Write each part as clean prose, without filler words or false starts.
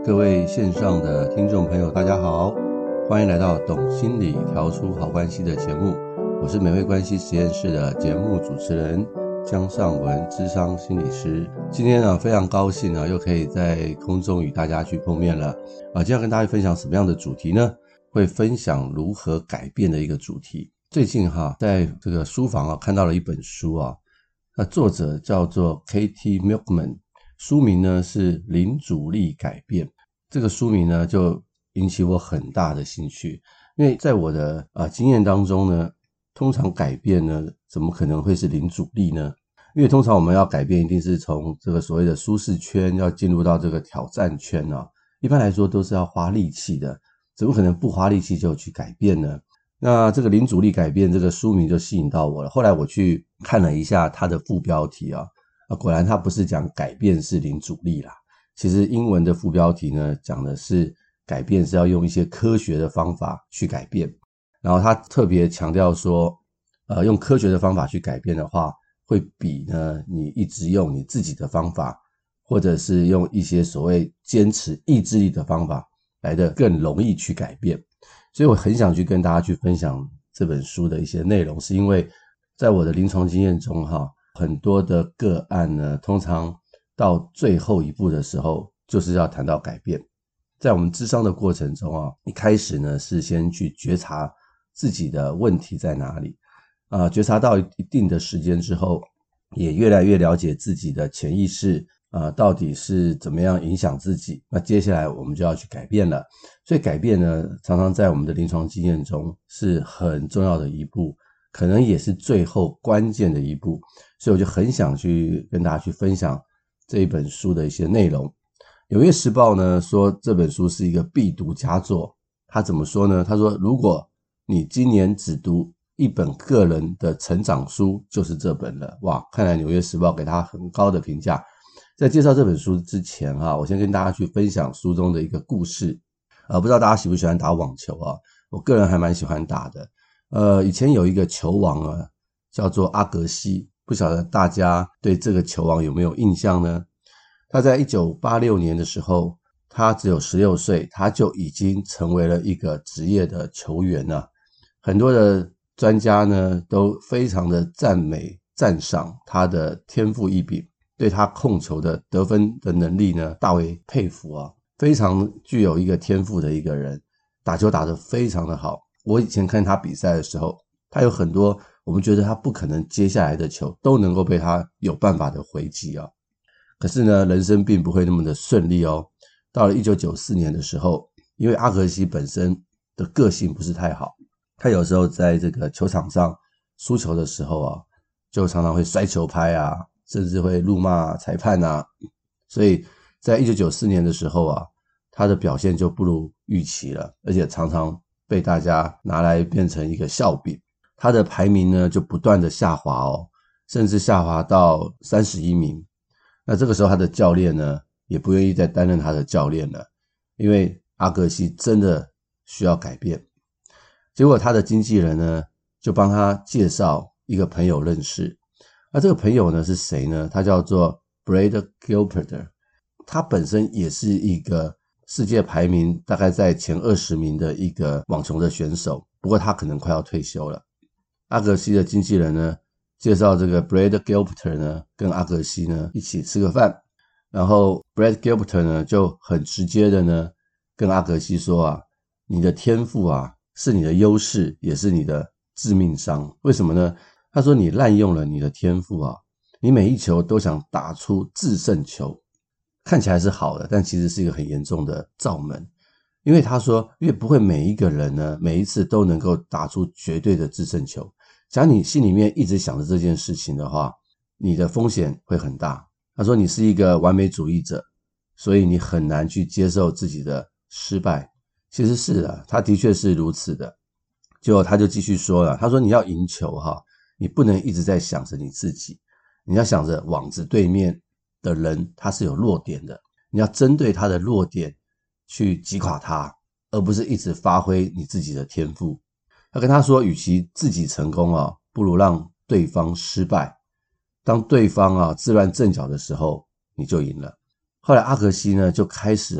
各位线上的听众朋友大家好，欢迎来到懂心理调出好关系的节目，我是美味关系实验室的节目主持人姜尚文諮商心理师。今天非常高兴又可以在空中与大家去碰面了。今天要跟大家分享什么样的主题呢？会分享如何改变的一个主题。最近在这个书房看到了一本书那作者叫做 Katie Milkman， 书名呢是零阻力改变。这个书名呢就引起我很大的兴趣，因为在我的经验当中呢，通常改变呢怎么可能会是零阻力呢？因为通常我们要改变一定是从这个所谓的舒适圈要进入到这个挑战圈一般来说都是要花力气的，怎么可能不花力气就去改变呢？那这个零阻力改变这个书名就吸引到我了，后来我去看了一下它的副标题果然它不是讲改变是零阻力啦，其实英文的副标题呢讲的是改变是要用一些科学的方法去改变，然后他特别强调说用科学的方法去改变的话，会比呢你一直用你自己的方法，或者是用一些所谓坚持意志力的方法来得更容易去改变。所以我很想去跟大家去分享这本书的一些内容，是因为在我的临床经验中很多的个案呢，通常到最后一步的时候就是要谈到改变。在我们諮商的过程中一开始呢是先去觉察自己的问题在哪里觉察到一定的时间之后，也越来越了解自己的潜意识到底是怎么样影响自己，那接下来我们就要去改变了。所以改变呢常常在我们的临床经验中是很重要的一步，可能也是最后关键的一步，所以我就很想去跟大家去分享这一本书的一些内容。纽约时报呢说这本书是一个必读佳作，他怎么说呢？他说如果你今年只读一本个人的成长书就是这本了。哇，看来纽约时报给他很高的评价。在介绍这本书之前我先跟大家去分享书中的一个故事不知道大家喜不喜欢打网球我个人还蛮喜欢打的以前有一个球王叫做阿格西，不晓得大家对这个球王有没有印象呢？他在1986年的时候，他只有16岁，他就已经成为了一个职业的球员了。很多的专家呢都非常的赞美赞赏他的天赋异禀，对他控球的得分的能力呢大为佩服非常具有一个天赋的一个人，打球打得非常的好。我以前看他比赛的时候，他有很多我们觉得他不可能接下来的球都能够被他有办法的回击可是呢人生并不会那么的顺利到了1994年的时候，因为阿格西本身的个性不是太好，他有时候在这个球场上输球的时候就常常会摔球拍甚至会辱骂裁判所以在1994年的时候他的表现就不如预期了，而且常常被大家拿来变成一个笑柄。他的排名呢就不断的下滑甚至下滑到31名。那这个时候他的教练呢也不愿意再担任他的教练了，因为阿格西真的需要改变。结果他的经纪人呢就帮他介绍一个朋友认识。那这个朋友呢是谁呢？他叫做 Brad Gilbert， 他本身也是一个世界排名大概在前20名的一个网球的选手，不过他可能快要退休了。阿格西的经纪人呢介绍这个 Brad Gilbert 呢跟阿格西呢一起吃个饭，然后 Brad Gilbert 呢就很直接的呢跟阿格西说你的天赋是你的优势，也是你的致命伤。为什么呢？他说你滥用了你的天赋你每一球都想打出制胜球，看起来是好的，但其实是一个很严重的罩门。因为他说因为不会每一个人呢每一次都能够打出绝对的制胜球，假如你心里面一直想着这件事情的话，你的风险会很大。他说你是一个完美主义者，所以你很难去接受自己的失败。其实是的，他的确是如此的。结果他就继续说了，他说你要赢球你不能一直在想着你自己，你要想着网子对面的人他是有弱点的，你要针对他的弱点去击垮他，而不是一直发挥你自己的天赋。他跟他说与其自己成功不如让对方失败，当对方自乱阵脚的时候你就赢了。后来阿格西呢就开始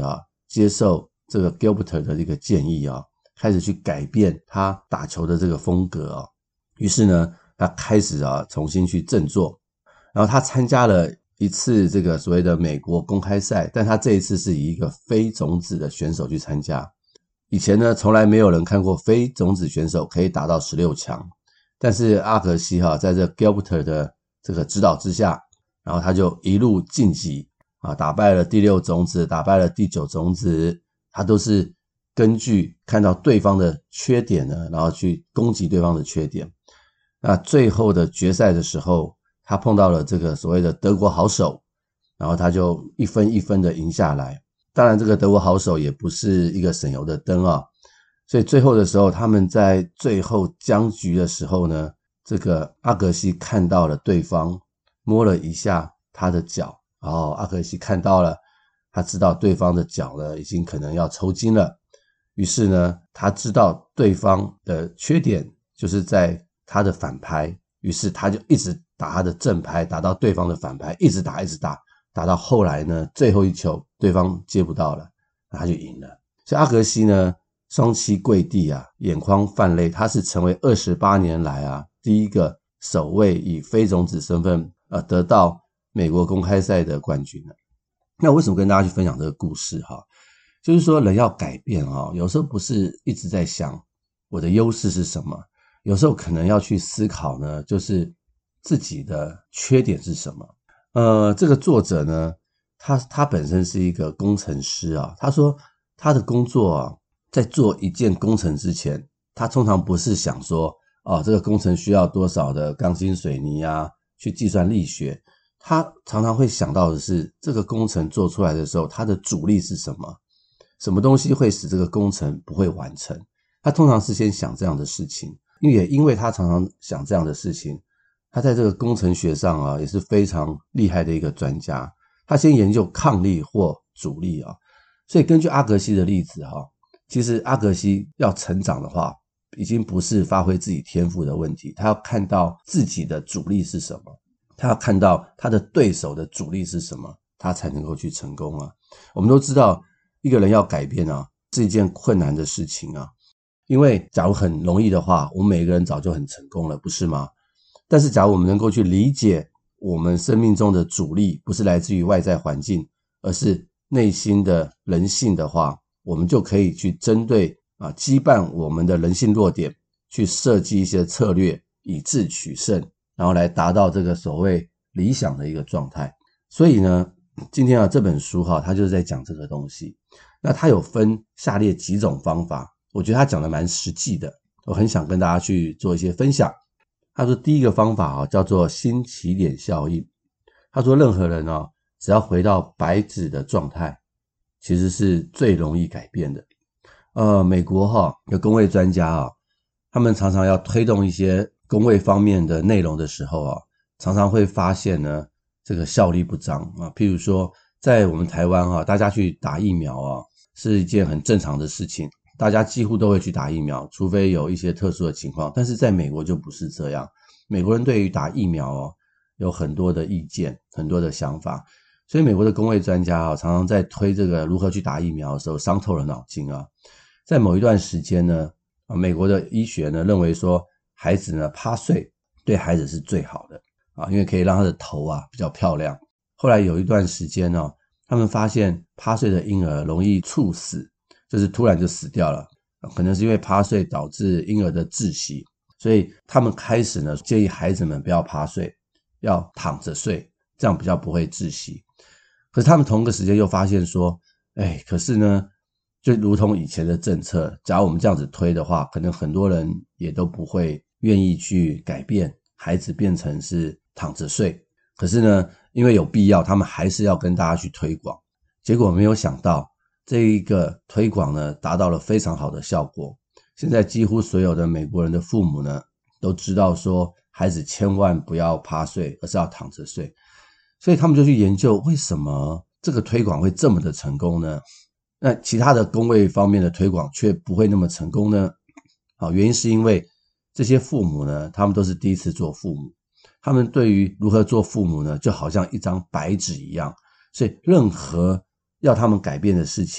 接受这个 Gilbert 的一个建议啊，开始去改变他打球的这个风格啊。于是呢，他开始重新去振作。然后他参加了一次这个所谓的美国公开赛，但他这一次是以一个非种子的选手去参加。以前呢，从来没有人看过非种子选手可以打到16强。但是阿格西在这 Gilbert 的这个指导之下，然后他就一路晋级打败了第6种子，打败了第9种子，他都是根据看到对方的缺点呢，然后去攻击对方的缺点。那最后的决赛的时候，他碰到了这个所谓的德国好手，然后他就一分一分的赢下来。当然这个德国好手也不是一个省油的灯啊，所以最后的时候，他们在最后僵局的时候呢，这个阿格西看到了对方，摸了一下他的脚，然后阿格西看到了，他知道对方的脚呢已经可能要抽筋了。于是呢，他知道对方的缺点就是在他的反拍，于是他就一直打他的正拍，打到对方的反拍，一直打，打到后来呢，最后一球对方接不到了，他就赢了。所以阿格西呢，双膝跪地眼眶泛泪，他是成为28年来第一个首位以非种子身份得到美国公开赛的冠军了。那为什么跟大家去分享这个故事就是说人要改变有时候不是一直在想我的优势是什么，有时候可能要去思考呢，就是自己的缺点是什么。这个作者呢，他本身是一个工程师他说他的工作在做一件工程之前，他通常不是想说这个工程需要多少的钢筋水泥去计算力学，他常常会想到的是这个工程做出来的时候，它的阻力是什么，什么东西会使这个工程不会完成。他通常是先想这样的事情，因为他常常想这样的事情，他在这个工程学上也是非常厉害的一个专家。他先研究抗力或阻力所以根据阿格西的例子其实阿格西要成长的话，已经不是发挥自己天赋的问题，他要看到自己的阻力是什么，他要看到他的对手的阻力是什么，他才能够去成功我们都知道一个人要改变是一件困难的事情因为假如很容易的话，我们每个人早就很成功了，不是吗？但是假如我们能够去理解我们生命中的阻力不是来自于外在环境，而是内心的人性的话，我们就可以去针对羁绊我们的人性弱点，去设计一些策略以智取胜，然后来达到这个所谓理想的一个状态。所以呢，今天这本书它就是在讲这个东西。那它有分下列几种方法，我觉得他讲的蛮实际的，我很想跟大家去做一些分享。他说第一个方法叫做新起点效应。他说任何人只要回到白纸的状态，其实是最容易改变的。美国有公卫专家他们常常要推动一些公卫方面的内容的时候常常会发现呢这个效力不彰譬如说在我们台湾大家去打疫苗是一件很正常的事情，大家几乎都会去打疫苗，除非有一些特殊的情况。但是在美国就不是这样，美国人对于打疫苗有很多的意见，很多的想法，所以美国的公卫专家常常在推这个如何去打疫苗的时候伤透了脑筋在某一段时间呢美国的医学呢认为说孩子呢趴睡对孩子是最好的因为可以让他的头比较漂亮。后来有一段时间他们发现趴睡的婴儿容易猝死，就是突然就死掉了，可能是因为趴睡导致婴儿的窒息，所以他们开始呢建议孩子们不要趴睡，要躺着睡，这样比较不会窒息。可是他们同个时间又发现说可是呢就如同以前的政策，假如我们这样子推的话，可能很多人也都不会愿意去改变孩子变成是躺着睡。可是呢因为有必要，他们还是要跟大家去推广。结果没有想到这一个推广呢达到了非常好的效果。现在几乎所有的美国人的父母呢都知道说孩子千万不要趴睡，而是要躺着睡。所以他们就去研究为什么这个推广会这么的成功呢？那其他的公卫方面的推广却不会那么成功呢？原因是因为这些父母呢他们都是第一次做父母，他们对于如何做父母呢就好像一张白纸一样，所以任何要他们改变的事情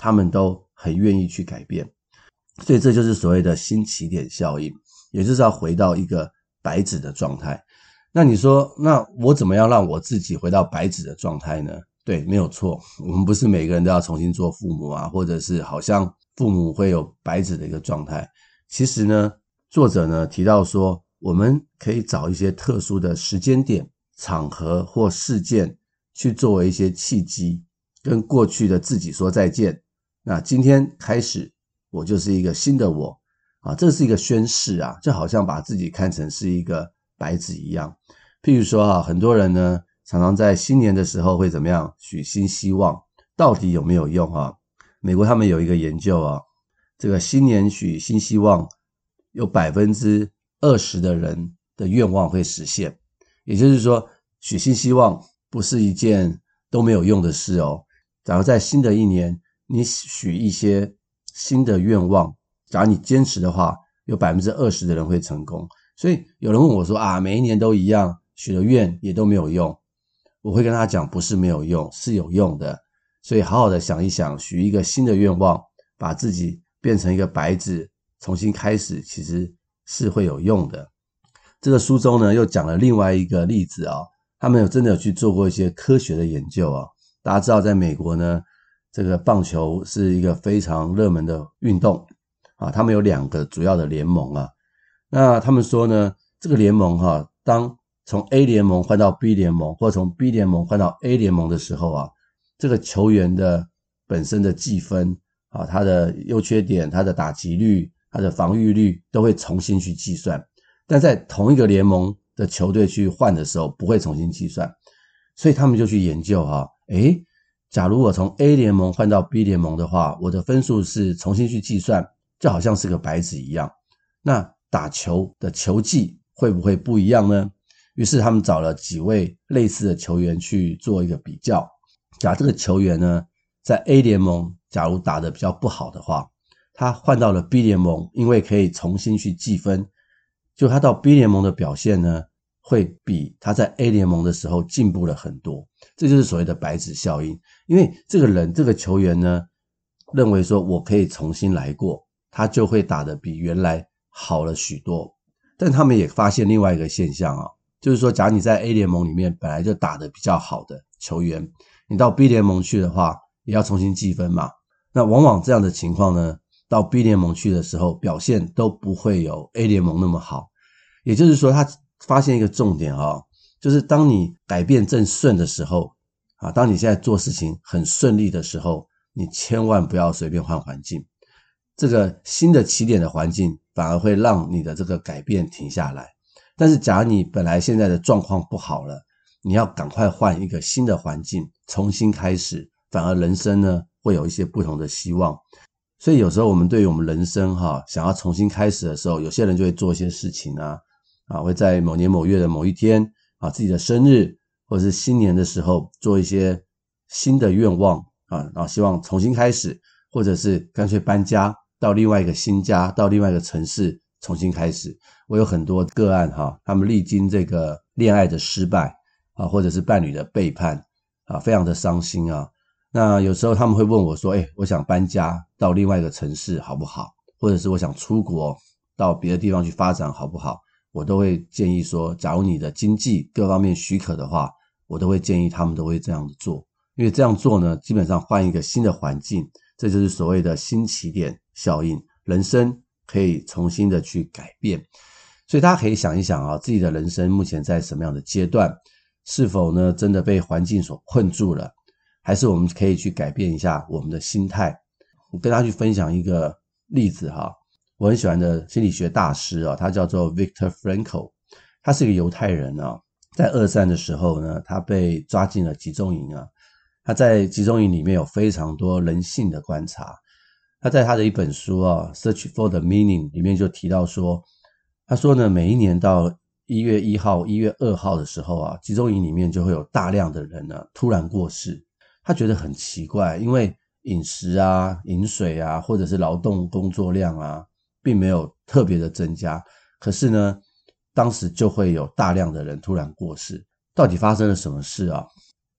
他们都很愿意去改变。所以这就是所谓的新起点效应，也就是要回到一个白纸的状态。那你说，那我怎么样让我自己回到白纸的状态呢？对，没有错，我们不是每个人都要重新做父母啊，或者是好像父母会有白纸的一个状态。其实呢，作者呢提到说，我们可以找一些特殊的时间点、场合或事件去作为一些契机，跟过去的自己说再见。那今天开始，我就是一个新的我啊，这是一个宣誓啊，就好像把自己看成是一个白纸一样。譬如说很多人呢常常在新年的时候会怎么样许新希望，到底有没有用啊？美国他们有一个研究啊，这个新年许新希望有 20% 的人的愿望会实现，也就是说许新希望不是一件都没有用的事哦。假如在新的一年你许一些新的愿望，假如你坚持的话，有 20% 的人会成功。所以有人问我说每一年都一样，许了愿也都没有用，我会跟他讲，不是没有用，是有用的。所以好好的想一想，许一个新的愿望，把自己变成一个白纸，重新开始，其实是会有用的。这个书中呢又讲了另外一个例子他们真的有去做过一些科学的研究大家知道在美国呢，这个棒球是一个非常热门的运动他们有2个主要的联盟那他们说呢，这个联盟当从 A 联盟换到 B 联盟，或从 B 联盟换到 A 联盟的时候这个球员的本身的计分他的优缺点，他的打击率，他的防御率都会重新去计算，但在同一个联盟的球队去换的时候不会重新计算。所以他们就去研究假如我从 A 联盟换到 B 联盟的话，我的分数是重新去计算，就好像是个白纸一样，那打球的球技会不会不一样呢？于是他们找了几位类似的球员去做一个比较。假如这个球员呢在 A 联盟假如打得比较不好的话，他换到了 B 联盟，因为可以重新去计分，就他到 B 联盟的表现呢会比他在 A 联盟的时候进步了很多。这就是所谓的白纸效应，因为这个球员呢认为说我可以重新来过，他就会打得比原来好了许多。但他们也发现另外一个现象就是说假如你在 A 联盟里面本来就打得比较好的球员，你到 B 联盟去的话也要重新计分嘛，那往往这样的情况呢，到 B 联盟去的时候表现都不会有 A 联盟那么好。也就是说他发现一个重点就是当你改变正顺的时候当你现在做事情很顺利的时候，你千万不要随便换环境，这个新的起点的环境反而会让你的这个改变停下来。但是假如你本来现在的状况不好了，你要赶快换一个新的环境，重新开始，反而人生呢会有一些不同的希望。所以有时候我们对于我们人生想要重新开始的时候，有些人就会做一些事情会在某年某月的某一天自己的生日或者是新年的时候做一些新的愿望然后希望重新开始，或者是干脆搬家到另外一个新家，到另外一个城市重新开始。我有很多个案他们历经这个恋爱的失败或者是伴侣的背叛非常的伤心那有时候他们会问我说我想搬家到另外一个城市好不好，或者是我想出国到别的地方去发展好不好，我都会建议说，假如你的经济各方面许可的话，我都会建议他们都会这样做。因为这样做呢，基本上换一个新的环境，这就是所谓的新起点效应，人生可以重新的去改变。所以大家可以想一想自己的人生目前在什么样的阶段，是否呢真的被环境所困住了，还是我们可以去改变一下我们的心态。我跟大家去分享一个例子我很喜欢的心理学大师他叫做 Viktor Frankl， 他是一个犹太人在二战的时候呢，他被抓进了集中营他在集中营里面有非常多人性的观察。他在他的一本书Search for the Meaning 里面就提到说，他说呢，每一年到1月1号、1月2号的时候集中营里面就会有大量的人突然过世。他觉得很奇怪，因为饮食饮水或者是劳动工作量并没有特别的增加，可是呢当时就会有大量的人突然过世。到底发生了什么事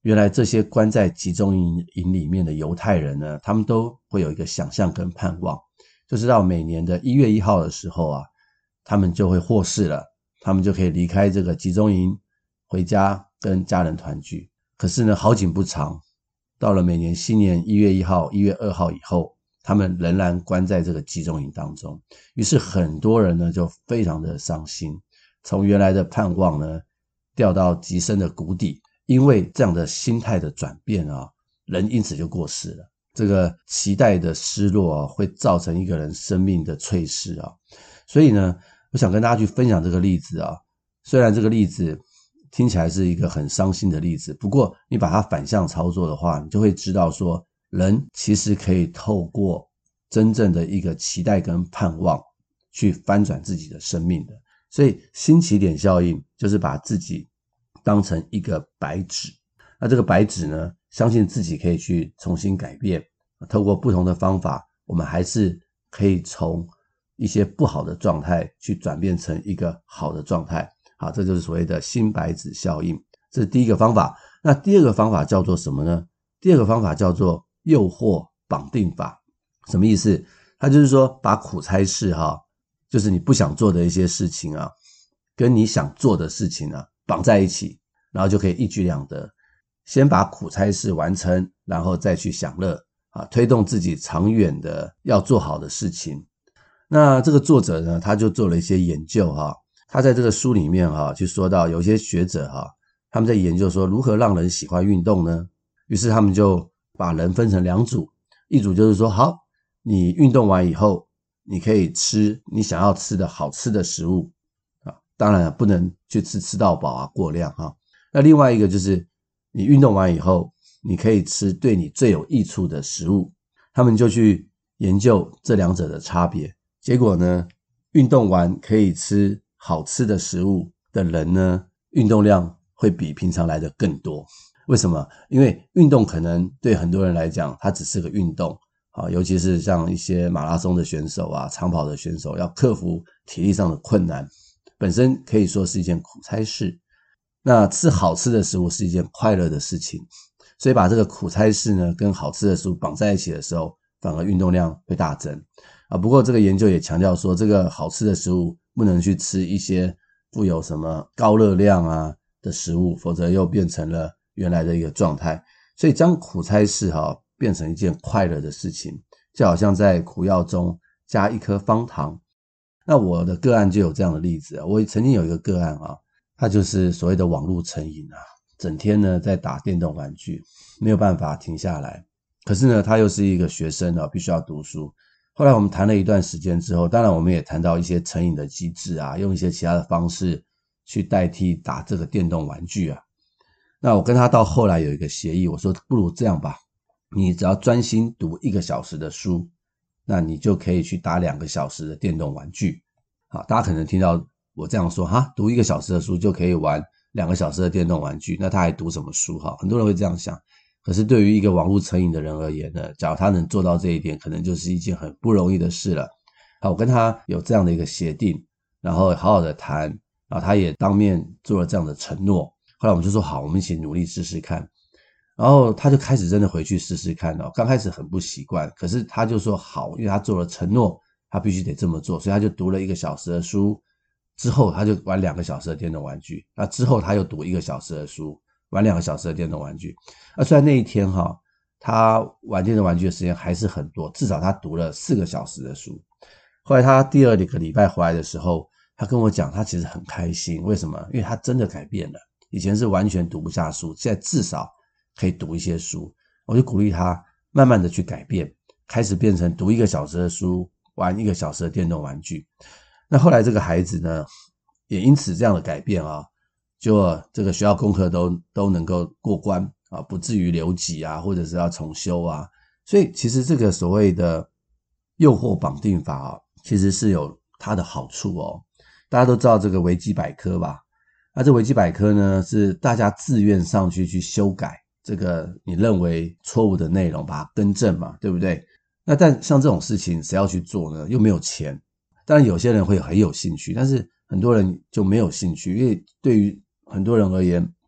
原来这些关在集中营里面的犹太人呢，他们都会有一个想象跟盼望，就是到每年的1月1号的时候啊，他们就会获释了，他们就可以离开这个集中营，回家跟家人团聚。可是呢，好景不长，到了每年新年1月1号、1月2号以后，他们仍然关在这个集中营当中。于是很多人呢就非常的伤心，从原来的盼望呢掉到极深的谷底。因为这样的心态的转变啊，人因此就过世了。这个期待的失落啊，会造成一个人生命的脆逝啊。所以呢，我想跟大家去分享这个例子啊。虽然这个例子听起来是一个很伤心的例子，不过你把它反向操作的话，你就会知道说，人其实可以透过真正的一个期待跟盼望，去翻转自己的生命的。所以新起点效应就是把自己当成一个白纸，那这个白纸呢，相信自己可以去重新改变，透过不同的方法，我们还是可以从一些不好的状态去转变成一个好的状态。好，这就是所谓的新白纸效应，这是第一个方法。那第二个方法叫做什么呢？第二个方法叫做诱惑绑定法。什么意思？它就是说把苦差事就是你不想做的一些事情啊，跟你想做的事情啊绑在一起，然后就可以一举两得。先把苦差事完成，然后再去享乐推动自己长远的要做好的事情。那这个作者呢，他就做了一些研究他在这个书里面去说到有一些学者他们在研究说如何让人喜欢运动呢？于是他们就把人分成2组，一组就是说好，你运动完以后，你可以吃你想要吃的好吃的食物当然不能去吃到饱过量那另外一个就是你运动完以后，你可以吃对你最有益处的食物。他们就去研究这两者的差别，结果呢，运动完可以吃好吃的食物的人呢，运动量会比平常来的更多。为什么？因为运动可能对很多人来讲，它只是个运动尤其是像一些马拉松的选手长跑的选手，要克服体力上的困难，本身可以说是一件苦差事。那吃好吃的食物是一件快乐的事情，所以把这个苦差事呢跟好吃的食物绑在一起的时候，反而运动量会大增不过这个研究也强调说，这个好吃的食物不能去吃一些富有什么高热量的食物，否则又变成了原来的一个状态。所以将苦差事变成一件快乐的事情，就好像在苦药中加一颗方糖。那我的个案就有这样的例子我曾经有一个个案他就是所谓的网络成瘾整天呢在打电动玩具，没有办法停下来。可是呢，他又是一个学生必须要读书。后来我们谈了一段时间之后，当然我们也谈到一些成瘾的机制用一些其他的方式去代替打这个电动玩具那我跟他到后来有一个协议，我说不如这样吧，你只要专心读1个小时的书，那你就可以去打2个小时的电动玩具。好，大家可能听到我这样说读1个小时的书就可以玩2个小时的电动玩具，那他还读什么书很多人会这样想。可是对于一个网络成瘾的人而言呢，假如他能做到这一点，可能就是一件很不容易的事了。好，我跟他有这样的一个协定，然后好好的谈，然后他也当面做了这样的承诺。后来我们就说好，我们一起努力试试看。然后他就开始真的回去试试看刚开始很不习惯，可是他就说好，因为他做了承诺，他必须得这么做，所以他就读了1个小时的书，之后他就玩2个小时的电动玩具，那之后他又读1个小时的书，玩2个小时的电动玩具。虽然那一天他玩电动玩具的时间还是很多，至少他读了4个小时的书。后来他第2个礼拜回来的时候，他跟我讲他其实很开心。为什么？因为他真的改变了，以前是完全读不下书，现在至少可以读一些书。我就鼓励他慢慢的去改变，开始变成读1个小时的书，玩1个小时的电动玩具。那后来这个孩子呢，也因此这样的改变就这个学校功课都能够过关不至于留级或者是要重修所以其实这个所谓的诱惑绑定法其实是有它的好处大家都知道这个维基百科吧？那这维基百科呢，是大家自愿上去修改这个你认为错误的内容，把它更正嘛，对不对？那但像这种事情谁要去做呢？又没有钱。当然有些人会很有兴趣，但是很多人就没有兴趣，因为对于很多人而言，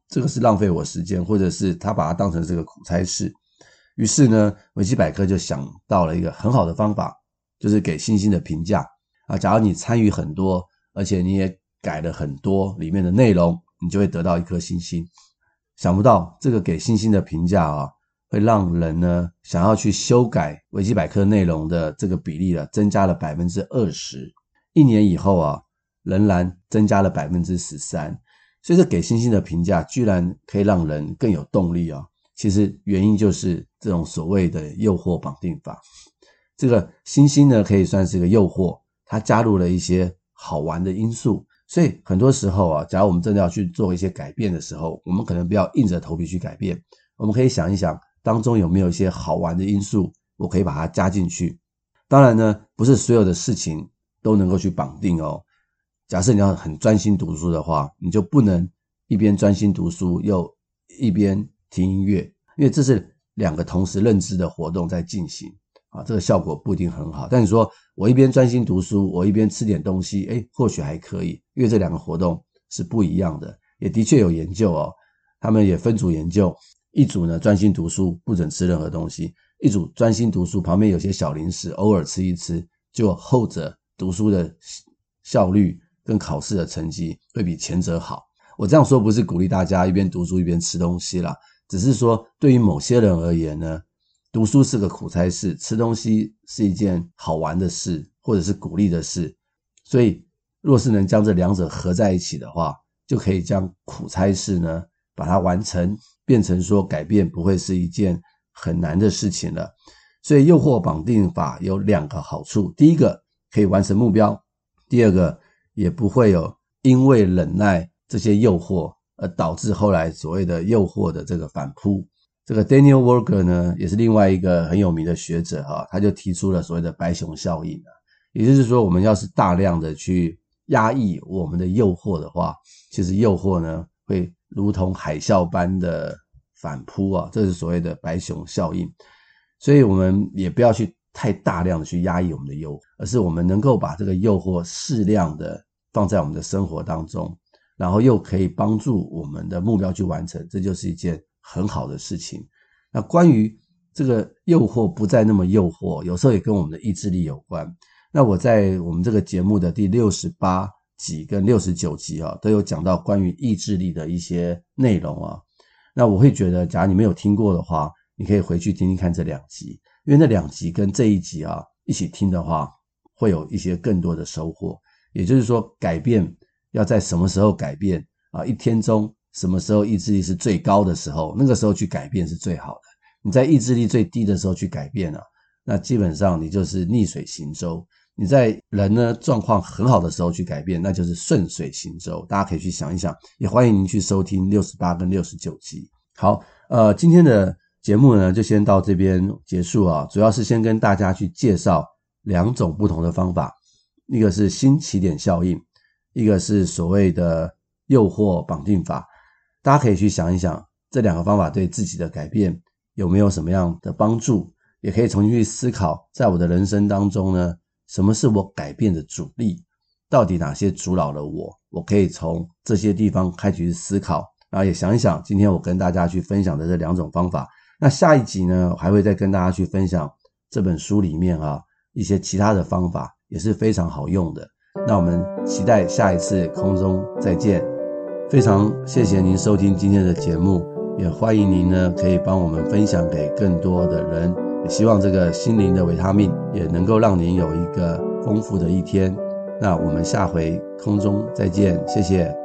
这个是浪费我时间，或者是他把它当成这个苦差事。于是呢，维基百科就想到了一个很好的方法，就是给星星的评价假如你参与很多，而且你也改了很多里面的内容，你就会得到1颗星星。想不到这个给星星的评价会让人呢想要去修改维基百科内容的这个比例增加了 20%， 1年以后仍然增加了 13%， 所以这给星星的评价居然可以让人更有动力其实原因就是这种所谓的诱惑绑定法。这个星星呢可以算是一个诱惑，它加入了一些好玩的因素，所以很多时候假如我们真的要去做一些改变的时候，我们可能不要硬着头皮去改变，我们可以想一想当中有没有一些好玩的因素，我可以把它加进去。当然呢，不是所有的事情都能够去绑定假设你要很专心读书的话，你就不能一边专心读书又一边听音乐，因为这是2个同时认知的活动在进行这个效果不一定很好。但你说我一边专心读书，我一边吃点东西或许还可以，因为这2个活动是不一样的。也的确有研究他们也分组研究，一组呢专心读书，不准吃任何东西，一组专心读书，旁边有些小零食偶尔吃一吃，就后者读书的效率跟考试的成绩会比前者好。我这样说不是鼓励大家一边读书一边吃东西啦，只是说对于某些人而言呢，读书是个苦差事，吃东西是一件好玩的事，或者是鼓励的事。所以若是能将这2者合在一起的话，就可以将苦差事呢把它完成，变成说改变不会是一件很难的事情了。所以诱惑绑定法有2个好处，第一个可以完成目标，第二个也不会有因为忍耐这些诱惑而导致后来所谓的诱惑的这个反扑。这个 Daniel Wolger 呢也是另外一个很有名的学者他就提出了所谓的白熊效应也就是说我们要是大量的去压抑我们的诱惑的话，其实诱惑呢会如同海啸般的反扑这是所谓的白熊效应。所以我们也不要去太大量的去压抑我们的诱惑，而是我们能够把这个诱惑适量的放在我们的生活当中，然后又可以帮助我们的目标去完成，这就是一件很好的事情。那关于这个诱惑不再那么诱惑，有时候也跟我们的意志力有关。那我在我们这个节目的第68集跟69集都有讲到关于意志力的一些内容那我会觉得假如你没有听过的话，你可以回去听听看这2集，因为那2集跟这一集一起听的话，会有一些更多的收获。也就是说改变要在什么时候改变一天中什么时候意志力是最高的时候，那个时候去改变是最好的。你在意志力最低的时候去改变那基本上你就是逆水行舟。你在人呢状况很好的时候去改变，那就是顺水行舟。大家可以去想一想，也欢迎您去收听68跟69集。好，今天的节目呢就先到这边结束主要是先跟大家去介绍2种不同的方法，一个是新起点效应，一个是所谓的诱惑绑定法。大家可以去想一想这2个方法对自己的改变有没有什么样的帮助，也可以重新去思考在我的人生当中呢，什么是我改变的阻力，到底哪些阻扰了我可以从这些地方开始去思考，然后也想一想今天我跟大家去分享的这2种方法。那下一集呢，我还会再跟大家去分享这本书里面一些其他的方法，也是非常好用的。那我们期待下一次空中再见。非常谢谢您收听今天的节目，也欢迎您呢可以帮我们分享给更多的人，也希望这个心灵的维他命也能够让您有一个丰富的一天。那我们下回空中再见，谢谢。